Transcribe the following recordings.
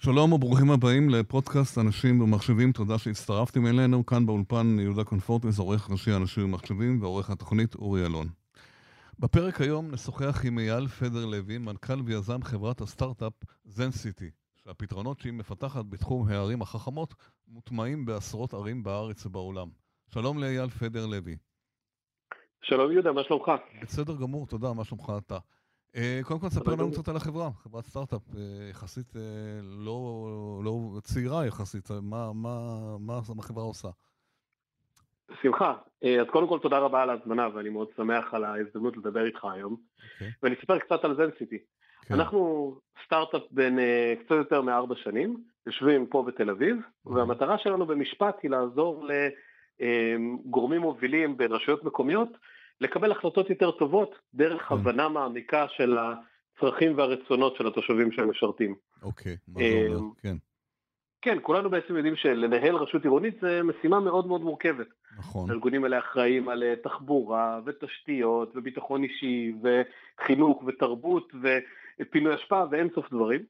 שלום וברוכים הבאים לפודקאסט אנשים ומחשבים, תודה שהצטרפתם אלינו. כאן באולפן יהודה קונפורטס, עורך ראשי אנשים ומחשבים ועורך התוכנית אורי אלון. בפרק היום נשוחח עם אייל פדר לוי, מנכ"ל ויזם חברת הסטארט-אפ זנסיטי, שהפתרונות שהיא מפתחת בתחום הערים החכמות מוטמעים בעשרות ערים בארץ ובעולם. שלום לאייל פדר לוי. שלום יהודה, מה שלומך? בסדר גמור, תודה, מה שלומך אתה? קודם כל ספר לנו קצת על החברה, חברת סטארט-אפ יחסית לא צעירה יחסית, מה החברה עושה? שמחה, אז קודם כל תודה רבה על ההזמנה ואני מאוד שמח על ההזדמנות לדבר איתך היום. ואני אספר קצת על זנסיטי. אנחנו סטארט-אפ בין קצת יותר מ4 שנים, יושבים פה בתל אביב, והמטרה שלנו במשפט היא לעזור לגורמים מובילים ברשויות מקומיות, לקבל החלטות יותר טובות דרך הבנה מעמיקה של הצרכים והרצונות של התושבים שהם משרתים. אוקיי, מה זה אומר? כן. כן, כולנו בעצם יודעים שלנהל רשות עירונית זה משימה מאוד מאוד מורכבת. נכון. הארגונים האלה אחראים על תחבורה ותשתיות וביטחון אישי וחינוך ותרבות ופינוי השפעה ואין סוף דברים.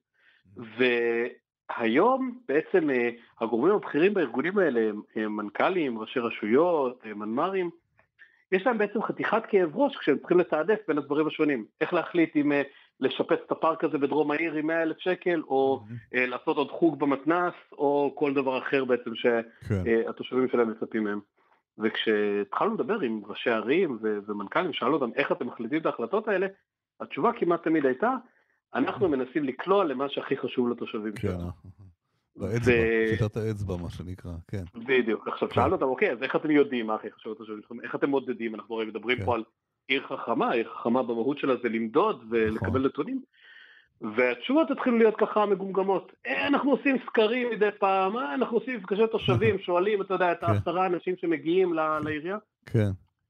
והיום בעצם הגורמים הבכירים בארגונים האלה הם מנכ"לים, ראשי רשויות, מנמ"רים, יש להם בעצם חתיכת כאב ראש כשהם צריכים לתעדף בין הדברים השונים. איך להחליט אם לשפץ את הפארק הזה בדרום העיר עם 100,000 שקל, או לעשות עוד חוג במתנ"ס, או כל דבר אחר בעצם שהתושבים שלהם מצפים מהם. וכשהתחלנו לדבר עם ראשי ערים ומנכ"לים, שאלנו אותם איך אתם מחליטים את ההחלטות האלה, התשובה כמעט תמיד הייתה, אנחנו מנסים לקלוע למה שהכי חשוב לתושבים שלנו. באצבע, שיטת האצבע מה שנקרא, כן. בדיוק, עכשיו שאלנו אותם, אוקיי, אז איך אתם יודעים מה הכי חשוב לתושבים שלכם? איך אתם מודדים? אנחנו הרי מדברים פה על עיר חכמה במהות שלה זה למדוד ולקבל נתונים, והתשובות התחילו להיות ככה מגומגמות. אנחנו עושים סקרים מדי פעם, אנחנו עושים מפגשי תושבים, שואלים, אתה יודע, את 10 אנשים שמגיעים לעירייה. כן.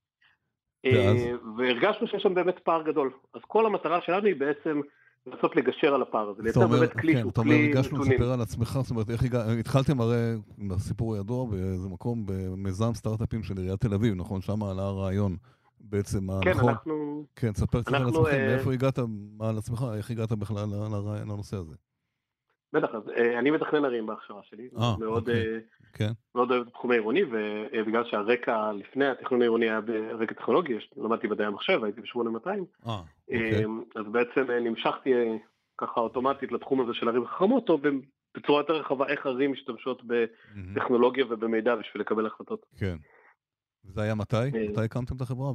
והרגשנו שיש שם באמת פער גדול. אז כל המטרה שלנו היא בעצם לנסות לגשר על הפער הזה, לייצר באמת כלי שהוא כלי נתונים. הגשנו לספר על עצמך, זאת אומרת, התחלתם הרי, הסיפור הידוע, באיזה מקום, במיזם סטארט-אפים של עיריית תל אביב, נכון? שם עלה הרעיון בעצם, כן, נכון? אנחנו... כן, תספר קצת על עצמכם, מאיפה הגעת, על עצמך, איך הגעת בכלל לנושא הזה? בטח, אז אני מתכנן ערים בהכשרה שלי, מאוד אוהב את התחום העירוני, ובגלל שהרקע לפני התכנון העירוני היה ברקע טכנולוגי, למדתי מדעי המחשב, הייתי ב8200, אז בעצם נמשכתי ככה אוטומטית לתחום הזה של ערים חכמות, או בצורה יותר רחבה איך ערים משתמשות בטכנולוגיה ובמידע בשביל לקבל החלטות. כן. וזה היה מתי? מתי הקמתם את החברה?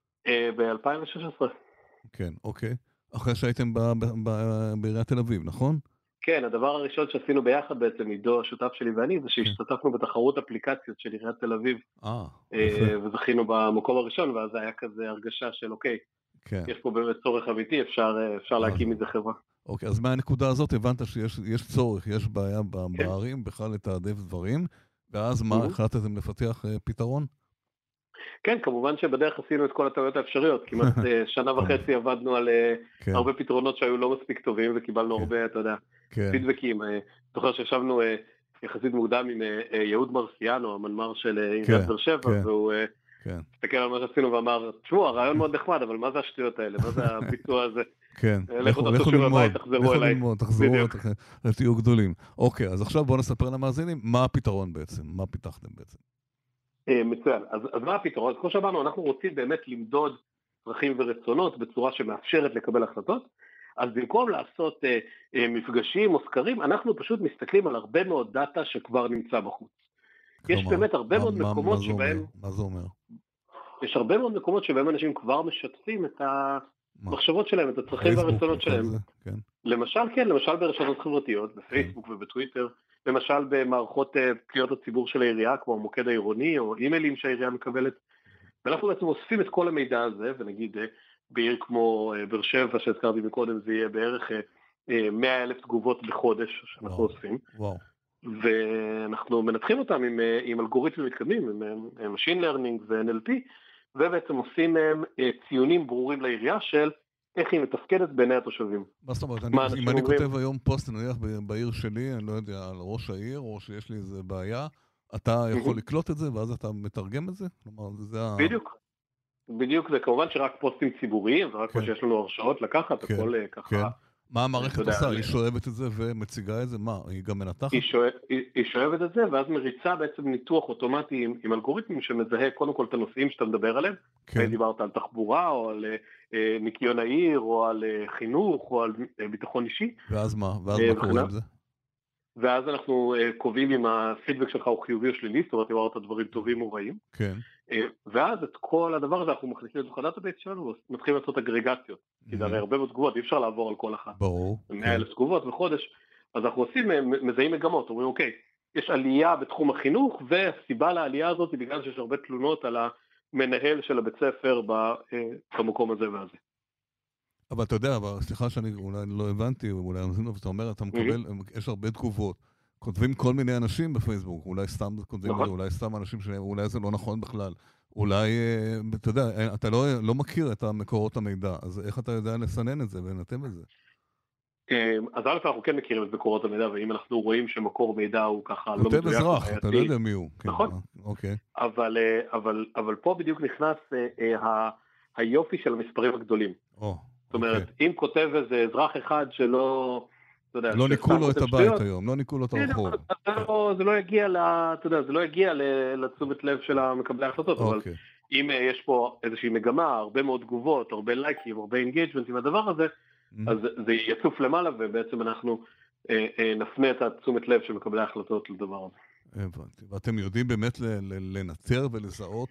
ב-2016. כן, אוקיי. אחרי שהייתם בעיריית תל אביב, נכון? כן, הדבר הראשון שעשינו ביחד בעצם, עידו, השותף שלי ואני, זה שהשתתפנו בתחרות אפליקציות של עיריית תל אביב, וזכינו במקום הראשון, ואז היה כזה הרגשה של אוקיי, יש פה באמת צורך אמיתי, אפשר להקים מזה חברה. אוקיי, אז מהנקודה הזאת הבנת שיש צורך, יש בעיה בערים, בכלל לתעדף דברים, ואז מה, החלטתם לפתח פתרון? כן, כמובן שבדרך עשינו את כל הטעויות האפשריות, כמעט 1.5 שנה עבדנו על הרבה פתרונות שהיו לא מספיק טובים, וקיבלנו הרבה, אתה יודע, פידבקים. זוכר שישבנו יחסית מוקדם עם יהוד מרסיאנו, המנמ"ר של עיריית באר שבע, והוא הסתכל על מה שעשינו ואמר, תשמעו, הרעיון מאוד נחמד, אבל מה זה השטויות האלה? מה זה הביצוע הזה? כן, לכו ללמוד, תחזרו אליי. תהיו גדולים. אוקיי, אז עכשיו בואו נספר למאזינים, מה הפתרון בעצם? מה פיתחתם בעצם? מצוין. אז מה הפתרון? אז כמו שאמרנו, אנחנו רוצים באמת למדוד צרכים ורצונות בצורה שמאפשרת לקבל החלטות, אז במקום לעשות מפגשים או סקרים, אנחנו פשוט מסתכלים על הרבה מאוד דאטה שכבר נמצא בחוץ. יש באמת הרבה מאוד מקומות שבהם... מה זה אומר? יש הרבה מאוד מקומות שבהם אנשים כבר משתפים את המחשבות שלהם, את הצרכים והרצונות שלהם. למשל, כן, למשל ברשתות חברתיות, בפייסבוק ובטוויטר, למשל במערכות פניות הציבור של העירייה, כמו המוקד העירוני, או אימיילים שהעירייה מקבלת, ואנחנו בעצם אוספים את כל המידע הזה, ונגיד בעיר כמו באר שבע שהזכרתי מקודם, זה יהיה בערך 100,000 תגובות בחודש שאנחנו אוספים, ואנחנו מנתחים אותם עם אלגוריתמים מתקדמים, עם Machine Learning ו-NLP, ובעצם עושים מהם ציונים ברורים לעירייה של איך היא מתפקדת בעיני התושבים. מה זאת אומרת? אם אני כותב היום פוסט, נניח בעיר שלי, אני לא יודע, על ראש העיר, או שיש לי איזה בעיה, אתה יכול לקלוט את זה, ואז אתה מתרגם את זה? בדיוק, זה כמובן שרק פוסטים ציבוריים, ורק מה שיש לנו הרשאות לקחת, הכל ככה מה אתה המערכת יודע, עושה? היא שואבת את זה ומציגה את זה? מה? היא גם מנתחת? היא שואבת את זה, ואז מריצה בעצם ניתוח אוטומטי עם אלגוריתמים שמזהה קודם כל את הנושאים שאתה מדבר עליהם. כן. דיברת על תחבורה, או על ניקיון העיר, או על חינוך, או על ביטחון אישי. ואז מה? ואז מה קורה עם זה? ואז אנחנו קובעים אם הפידבק שלך הוא חיובי או שלילי, זאת אומרת, אם אמרת דברים טובים או רעים. כן. ואז את כל הדבר הזה אנחנו מכניסים לתוך הדאטאבייס שלנו, ומתחילים לעשות אגרגציות. כי זה הרי הרבה מאוד תגובות, אי אפשר לעבור על כל אחת. ברור. 100,000 תגובות בחודש. אז אנחנו מזהים מגמות, אומרים, אוקיי, יש עלייה בתחום החינוך, והסיבה לעלייה הזאת היא בגלל שיש הרבה תלונות על המנהל של הבית ספר במקום הזה והזה. אבל אתה יודע, סליחה שאני אולי לא הבנתי, אולי אתה אומר, אתה מקבל, יש הרבה תגובות. כותבים כל מיני אנשים בפייסבוק, אולי סתם כותבים את זה, אולי סתם אנשים שאולי זה לא נכון בכלל. אולי, אתה יודע, אתה לא מכיר את המקורות המידע, אז איך אתה יודע לסנן את זה ולנתב את זה? אז א' אנחנו כן מכירים את מקורות המידע, ואם אנחנו רואים שמקור מידע הוא ככה לא מדויק, כותב אזרח, אתה לא יודע מי הוא. נכון. אוקיי. אבל פה בדיוק נכנס היופי של המספרים הגדולים. זאת אומרת, אם כותב איזה אזרח אחד שלא, אתה יודע, לא ניקו לו את הבית היום, לא ניקו לו את הרחוב. זה לא יגיע, אתה יודע, זה לא יגיע לתשומת לב של המקבלי ההחלטות, אבל אם יש פה איזושהי מגמה, הרבה מאוד תגובות, הרבה לייקים, הרבה אינגייג'מנט עם הדבר הזה, אז זה יצוף למעלה, ובעצם אנחנו נפנה את התשומת לב של מקבלי ההחלטות לדבר הזה. הבנתי. ואתם יודעים באמת לנטר ולזהות,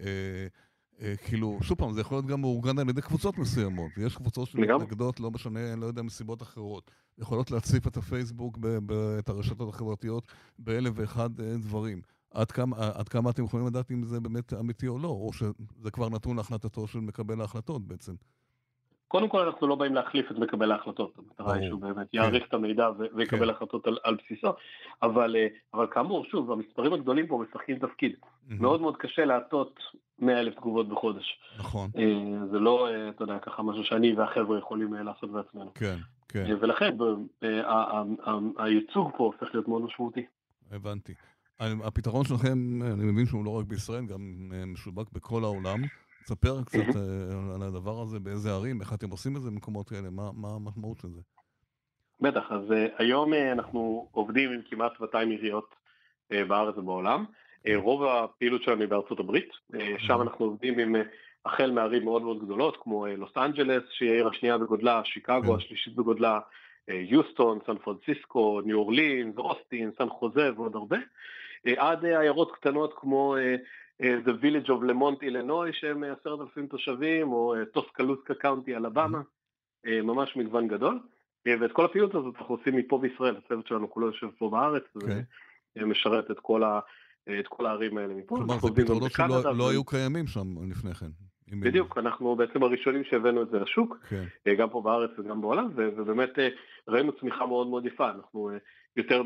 כאילו, שוב פעם, זה יכול להיות גם מאורגן על ידי קבוצות מסוימות. יש קבוצות שמתנגדות, לא משנה, לא יודע, מסיבות אחרות. יכולות להציף את הפייסבוק, את הרשתות החברתיות, באלף ואחד דברים. עד כמה אתם יכולים לדעת אם זה באמת אמיתי או לא, או שזה כבר נתון להחלטתו של מקבל ההחלטות בעצם? קודם כל אנחנו לא באים להחליף את מקבל ההחלטות, המטרה היא שהוא באמת יעריך את המידע ויקבל החלטות על בסיסו, אבל כאמור, שוב, המספרים הגדולים פה משחקים תפקיד. מאוד מאוד קשה לעשות 100,000 תגובות בחודש. נכון. זה לא, אתה יודע, ככה משהו שאני והחבר'ה יכולים לעשות בעצמנו. כן, כן. ולכן הייצוג פה הופך להיות מאוד משמעותי. הבנתי. הפתרון שלכם, אני מבין שהוא לא רק בישראל, גם משובק בכל העולם. תספר קצת על הדבר הזה, באיזה ערים, איך אתם עושים את זה במקומות כאלה, מה המשמעות של זה? בטח, אז היום אנחנו עובדים עם כמעט 200 עיריות בארץ ובעולם. רוב הפעילות שלנו היא בארצות הברית, שם אנחנו עובדים עם החל מערים מאוד מאוד גדולות, כמו לוס אנג'לס, שהיא העיר השנייה בגודלה, שיקגו השלישית בגודלה, יוסטון, סן פרנסיסקו, ניו אורלינס, אוסטין, סן חוזה ועוד הרבה, עד עיירות קטנות כמו The Village of Lemont, Illinois, שהם 10,000 תושבים, או טוסקלוסקה קאונטי, אלבמה, ממש מגוון גדול. ואת כל הפעילות הזאת אנחנו עושים מפה בישראל, הצוות שלנו כולו יושב פה בארץ, ומשרת את כל הערים האלה מפה. כלומר, זה פתרונות שלא היו קיימים שם לפני כן. בדיוק, אנחנו בעצם הראשונים שהבאנו את זה לשוק, גם פה בארץ וגם בעולם, ובאמת ראינו צמיחה מאוד מאוד יפה, אנחנו יותר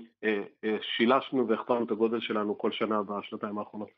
שילשנו והכפלנו את הגודל שלנו כל שנה בשנתיים האחרונות.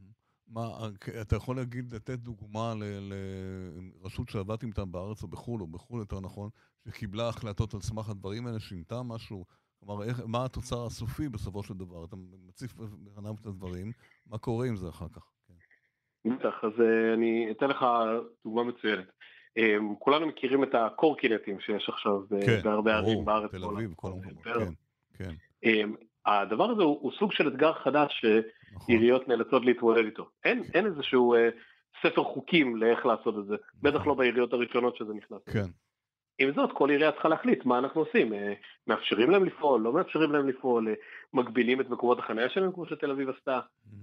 אתה יכול לתת דוגמה לרשות שעבדתם איתם בארץ או בחו"ל יותר נכון, שקיבלה החלטות על סמך הדברים האלה, שינתה משהו, כלומר, מה התוצר הסופי בסופו של דבר? אתה מציף בפניו את הדברים, מה קורה עם זה אחר כך? בטח, אז אני אתן לך דוגמה מצוינת. כולנו מכירים את הקורקינטים שיש עכשיו בהרבה ערים בארץ. תל אביב, כל המקומות, כן. הדבר הזה הוא סוג של אתגר חדש שעיריות נאלצות להתמודד איתו. אין איזשהו ספר חוקים לאיך לעשות את זה, בטח לא בעיריות הראשונות שזה נכנס. כן. עם זאת, כל עירייה צריכה להחליט מה אנחנו עושים. מאפשרים להם לפעול, לא מאפשרים להם לפעול, מגבילים את מקומות החניה שלהם כמו שתל אביב עשתה.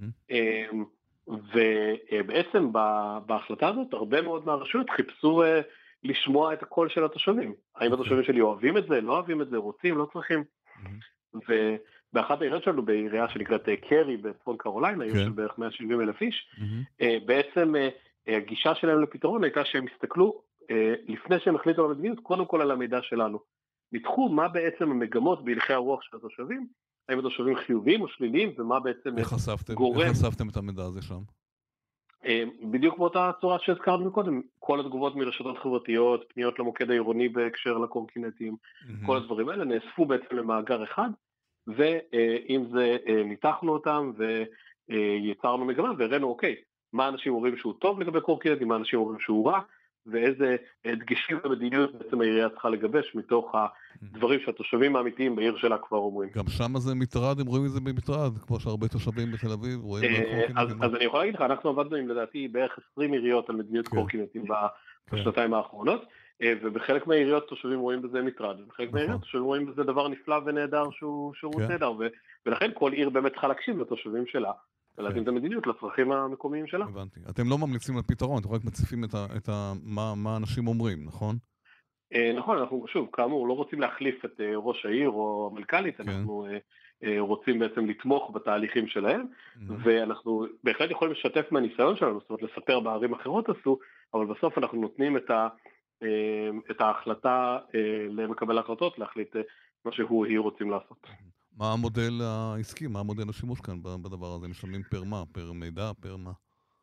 ובעצם בהחלטה הזאת הרבה מאוד מהרשויות חיפשו לשמוע את הקול של התושבים. האם התושבים שלי אוהבים את זה, לא אוהבים את זה, רוצים, לא צריכים. ובאחת העיריות שלנו, בעירייה שנקראת קרי בצפון קרוליינה, עיר של בערך 170,000 איש, בעצם הגישה שלהם לפתרון הייתה שהם הסתכלו, לפני שהם החליטו על המדיניות, קודם כל על המידע שלנו. ניתחו מה בעצם המגמות בהלכי הרוח של התושבים, האם התושבים חיוביים או שליליים, ומה בעצם גורם. איך חשפתם את המידע הזה שם? בדיוק באותה צורה שהזכרנו קודם, כל התגובות מרשתות חברתיות, פניות למוקד העירוני בהקשר לקורקינטים, כל הדברים האלה נאספו בעצם למאגר אחד, ועם זה ניתחנו אותם ויצרנו מגמה, והראינו אוקיי, מה אנשים אומרים שהוא טוב לגבי קורקינטים, מה אנשים אומרים שהוא רע, ואיזה דגשים במדיניות בעצם העירייה צריכה לגבש מתוך הדברים שהתושבים האמיתיים בעיר שלה כבר אומרים. גם שם זה מטרד, הם רואים את זה במטרד, כמו שהרבה תושבים בתל אביב רואים בקורקינטים. אז אני יכול להגיד לך, אנחנו עבדנו עם לדעתי בערך 20 עיריות על מדיניות קורקינטים בשנתיים האחרונות, ובחלק מהעיריות תושבים רואים בזה מטרד, ובחלק מהעיריות תושבים רואים בזה דבר נפלא ונהדר שהוא נהדר, ולכן כל עיר באמת צריכה להקשיב לתושבים שלה, ולהתאים את המדיניות לצרכים המקומיים שלה. הבנתי. אתם לא ממליצים על פתרון, אתם רק מציפים מה אנשים אומרים, נכון? נכון, אנחנו שוב, כאמור, לא רוצים להחליף את ראש העיר או המנכ"לית, אנחנו רוצים בעצם לתמוך בתהליכים שלהם, ואנחנו בהחלט יכולים לשתף מהניסיון שלנו, זאת אומרת לספר בערים אחרות עשו, אבל בסוף אנחנו נותנים את ההחלטה למקבל ההחלטות, להחליט מה שהוא היא רוצים לעשות. מה המודל העסקי, מה המודל השימוש כאן בדבר הזה? משלמים פר מה? פר מידע? פר מה?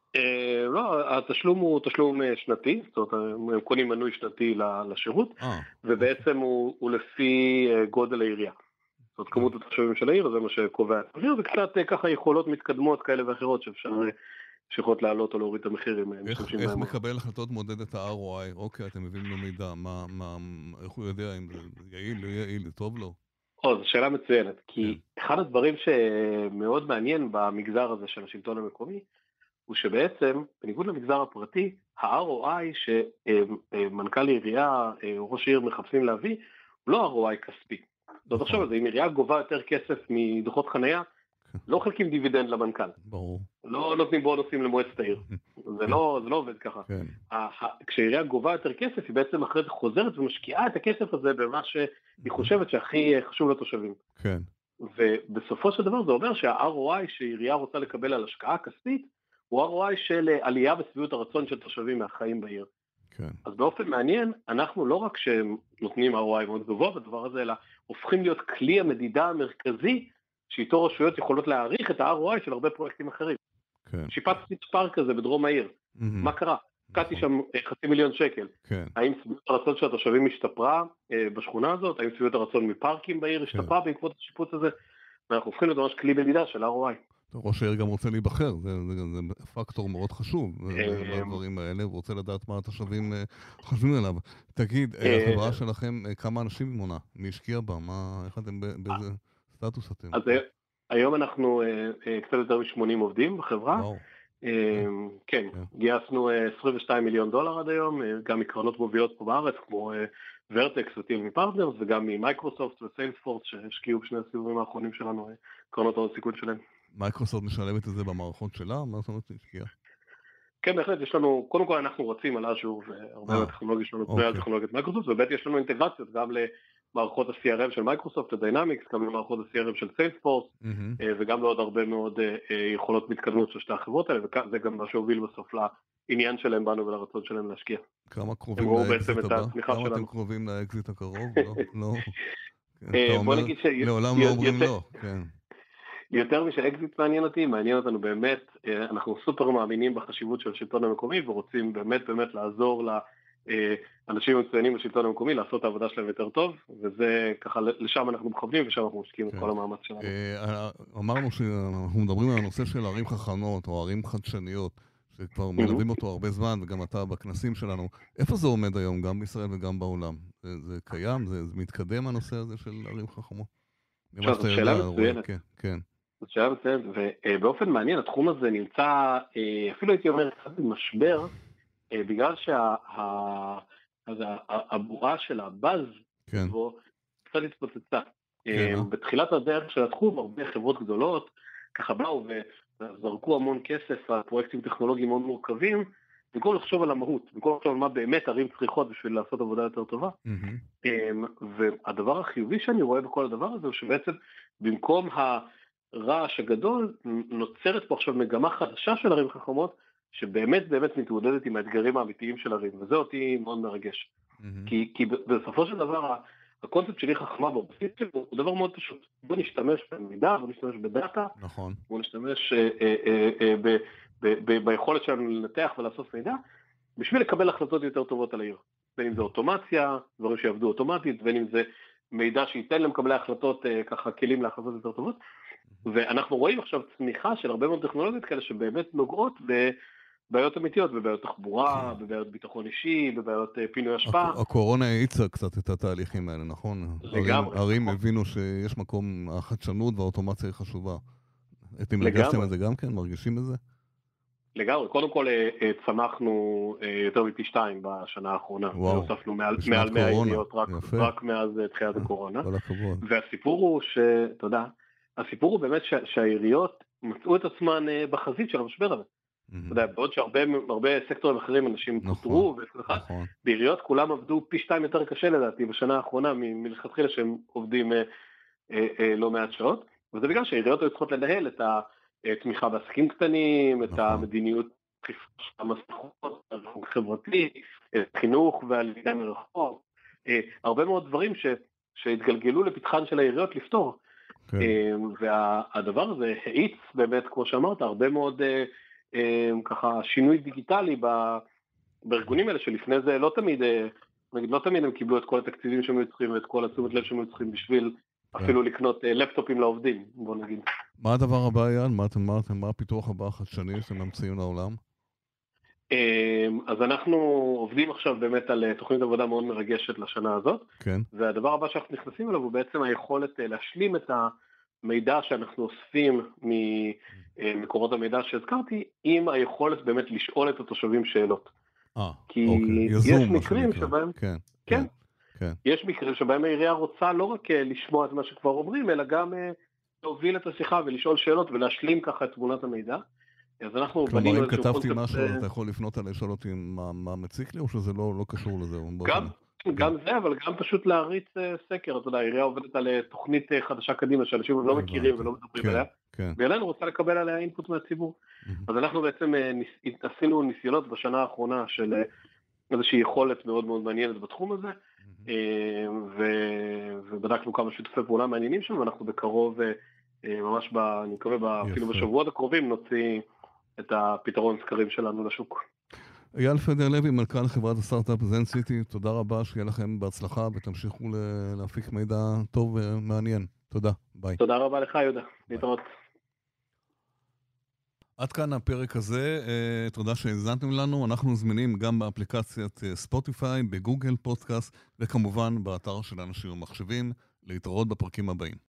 לא, התשלום הוא תשלום שנתי, זאת אומרת, הם קונים מנוי שנתי לשירות, ובעצם הוא לפי גודל העירייה. זאת אומרת, כמות התושבים של העיר, זה מה שקובע את המחיר, וקצת ככה יכולות מתקדמות כאלה ואחרות שיכולות לעלות או להוריד את המחירים. איך מקבל החלטות מודד את ה-ROI? אוקיי, אתם מביאים לו מידע, איך הוא יודע אם זה יעיל, לא יעיל, זה טוב לו? זו שאלה מצוינת, כי אחד הדברים שמאוד מעניין במגזר הזה של השלטון המקומי, הוא שבעצם, בניגוד למגזר הפרטי, ה-ROI שמנכ"ל עירייה או ראש עיר מחפשים להביא, הוא לא ROI כספי. זאת עכשיו, אם עירייה גובה יותר כסף מדוחות חנייה, לא חלקים דיבידנד למנכ"ל. ברור. לא נותנים בונוסים למועצת העיר. זה לא עובד ככה. כשעירייה גובה יותר כסף, היא בעצם אחרי זה חוזרת ומשקיעה את הכסף הזה במה שהיא חושבת שהכי חשוב לתושבים. כן. ובסופו של דבר זה אומר שה-ROI שעירייה רוצה לקבל על השקעה כספית, הוא ROI של עלייה בסביבות הרצון של תושבים מהחיים בעיר. כן. אז באופן מעניין, אנחנו לא רק שנותנים ROI מאוד גבוה בדבר הזה, אלא הופכים להיות כלי המדידה המרכזי, שאיתו רשויות יכולות להעריך את ה-ROI של הרבה פרויקטים אחרים. כן. שיפצתי פארק כזה בדרום העיר. מה קרה? קעתי שם 500,000 שקל. כן. האם סביבות הרצון של התושבים השתפרה בשכונה הזאת? האם סביבות הרצון מפארקים בעיר השתפרה בעקבות השיפוץ הזה? ואנחנו הופכים להיות ממש כלי מדידה של ROI. ראש העיר גם רוצה להיבחר, זה פקטור מאוד חשוב בדברים האלה, הוא רוצה לדעת מה התושבים חושבים עליו. תגיד, החברה שלכם, כמה אנשים מונה? מי השקיע בה? איך אתם, באיזה סטטוס אתם? אז היום אנחנו קצת יותר מ-80 עובדים בחברה. כן, גייסנו $22 מיליון עד היום, גם מקרנות מובילות פה בארץ, כמו ורטקס וטיל מפרטנרס, וגם ממייקרוסופט וסיילספורס, שהשקיעו בשני הסיבובים האחרונים שלנו, קרנות ההון סיכון שלהם. מייקרוסופט משלבת את זה במערכות שלה? מה זאת אומרת להשקיע? כן, בהחלט, יש לנו, קודם כל אנחנו רצים על אז'ור, והרבה מהטכנולוגיה שלנו בנויה על טכנולוגיית מייקרוסופט, ובאמת יש לנו אינטגרציות גם למערכות ה-CRM של מייקרוסופט, הדיינמיקס, גם למערכות ה-CRM של סיילספורס, וגם לעוד הרבה מאוד יכולות מתקדמות של שתי החברות האלה, וזה גם מה שהוביל בסוף לעניין שלהם בנו ולרצון שלהם להשקיע. כמה קרובים לאקזיט הבא? כמה אתם קרובים לאקזיט הקרוב? לא. בוא נגיד לעולם לא אומרים לא, כן. יותר משאקזיט מעניין אותנו באמת, אנחנו סופר מאמינים בחשיבות של השלטון המקומי, ורוצים באמת לעזור לאנשים מצוינים בשלטון המקומי, לעשות את העבודה שלהם יותר טוב, וזה ככה, לשם אנחנו מכוונים, ושם אנחנו משקיעים את כל המאמץ שלנו. אמרנו שאנחנו מדברים על הנושא של ערים חכמות, או ערים חדשניות, שכבר מלווים אותו הרבה זמן, וגם אתה בכנסים שלנו. איפה זה עומד היום, גם בישראל וגם בעולם? זה קיים? זה מתקדם הנושא הזה של ערים חכמות? זו שאלה מצוינת. כן. זאת שאלה מצוינת, ובאופן מעניין, התחום הזה נמצא, אפילו הייתי אומר, קצת במשבר, בגלל שהבועה של הבאז, קצת התפוצצה. בתחילת הדרך של התחום, הרבה חברות גדולות, ככה באו וזרקו המון כסף על פרויקטים טכנולוגיים מאוד מורכבים, במקום לחשוב על המהות, במקום לחשוב על מה באמת ערים צריכות בשביל לעשות עבודה יותר טובה. והדבר החיובי שאני רואה בכל הדבר הזה, הוא שבעצם במקום הרעש הגדול, נוצרת פה עכשיו מגמה חדשה של ערים חכמות, שבאמת מתמודדת עם האתגרים האמיתיים של ערים, וזה אותי מאוד מרגש. כי בסופו של דבר, הקונספט שלי חכמה בבסיס שלו, הוא דבר מאוד פשוט. בוא נשתמש במידע, בוא נשתמש בדאטה, בוא נשתמש ביכולת שלנו לנתח ולאסוף מידע, בשביל לקבל החלטות יותר טובות על העיר. בין אם זה אוטומציה, דברים שיעבדו אוטומטית, בין אם זה מידע שייתן למקבלי החלטות, ככה כלים להחלטות יותר טובות. ואנחנו רואים עכשיו צמיחה של הרבה מאוד טכנולוגיות כאלה שבאמת נוגעות בעיות אמיתיות, בבעיות תחבורה, בבעיות ביטחון אישי, בבעיות פינוי השפעה. הקורונה האיצה קצת את התהליכים האלה, נכון? לגמרי. ערים הבינו שיש מקום, החדשנות והאוטומציה היא חשובה. אתם לגמרי. הרגשתם את זה גם כן? מרגישים את זה? לגמרי. קודם כל צמחנו יותר מפי 2 בשנה האחרונה. וואו. הוספנו מעל בשנת 100 קורונה. עיריות רק מאז תחילת הקורונה. כל הכבוד. והסיפור הוא תודה, הסיפור הוא באמת שהעיריות מצאו את עצמן בחזית של המשבר הזה. אתה יודע, בעוד שהרבה סקטורים אחרים אנשים פוטרו, בעיריות כולם עבדו פי 2 יותר קשה לדעתי בשנה האחרונה מלכתחילה שהם עובדים לא מעט שעות, וזה בגלל שהעיריות היו צריכות לנהל את התמיכה בעסקים קטנים, את המדיניות המסכות, החברתי, את חינוך והלמידה מרחוק, הרבה מאוד דברים שהתגלגלו לפתחן של העיריות לפתור. והדבר הזה האיץ באמת, כמו שאמרת, הרבה מאוד ככה שינוי דיגיטלי בארגונים האלה, שלפני זה לא תמיד הם קיבלו את כל התקציבים שהם צריכים ואת כל התשומת לב שהם צריכים בשביל אפילו לקנות לפטופים לעובדים, בוא נגיד. מה הדבר הבא, יאן? מה הפיתוח הבא החדשני שאתם ממציאים לעולם? אז אנחנו עובדים עכשיו באמת על תוכנית עבודה מאוד מרגשת לשנה הזאת, והדבר הבא שאנחנו נכנסים אליו הוא בעצם היכולת להשלים את המידע שאנחנו אוספים ממקורות המידע שהזכרתי, עם היכולת באמת לשאול את התושבים שאלות. כי יש מקרים שבהם, כן, יש מקרים שבהם העירייה רוצה לא רק לשמוע את מה שכבר אומרים, אלא גם להוביל את השיחה ולשאול שאלות ולהשלים ככה את תמונת המידע. אז אנחנו בנינו כלומר, אם כתבתי משהו, אתה יכול לפנות עליי, לשאול אותי מה מציק לי, או שזה לא קשור לזה? גם זה, אבל גם פשוט להריץ סקר. אתה יודע, העירייה עובדת על תוכנית חדשה קדימה, שאנשים לא מכירים ולא מדברים עליה, ואלינו רוצה לקבל עליה אינפוט מהציבור. אז אנחנו בעצם עשינו ניסיונות בשנה האחרונה של איזושהי יכולת מאוד מאוד מעניינת בתחום הזה, ובדקנו כמה שיתופי פעולה מעניינים שם, ואנחנו בקרוב, ממש אני מקווה אפילו בשבועות הקרובים, נוציא את הפתרון סקרים שלנו לשוק. אייל פדר לוי, מנכ"ל חברת הסטארט-אפ ZenCity, תודה רבה, שיהיה לכם בהצלחה ותמשיכו להפיק מידע טוב ומעניין. תודה, ביי. תודה רבה לך, יהודה. להתראות. עד כאן הפרק הזה, תודה שהזנתם לנו, אנחנו זמינים גם באפליקציית ספוטיפיי, בגוגל פודקאסט, וכמובן באתר של אנשים ומחשבים, להתראות בפרקים הבאים.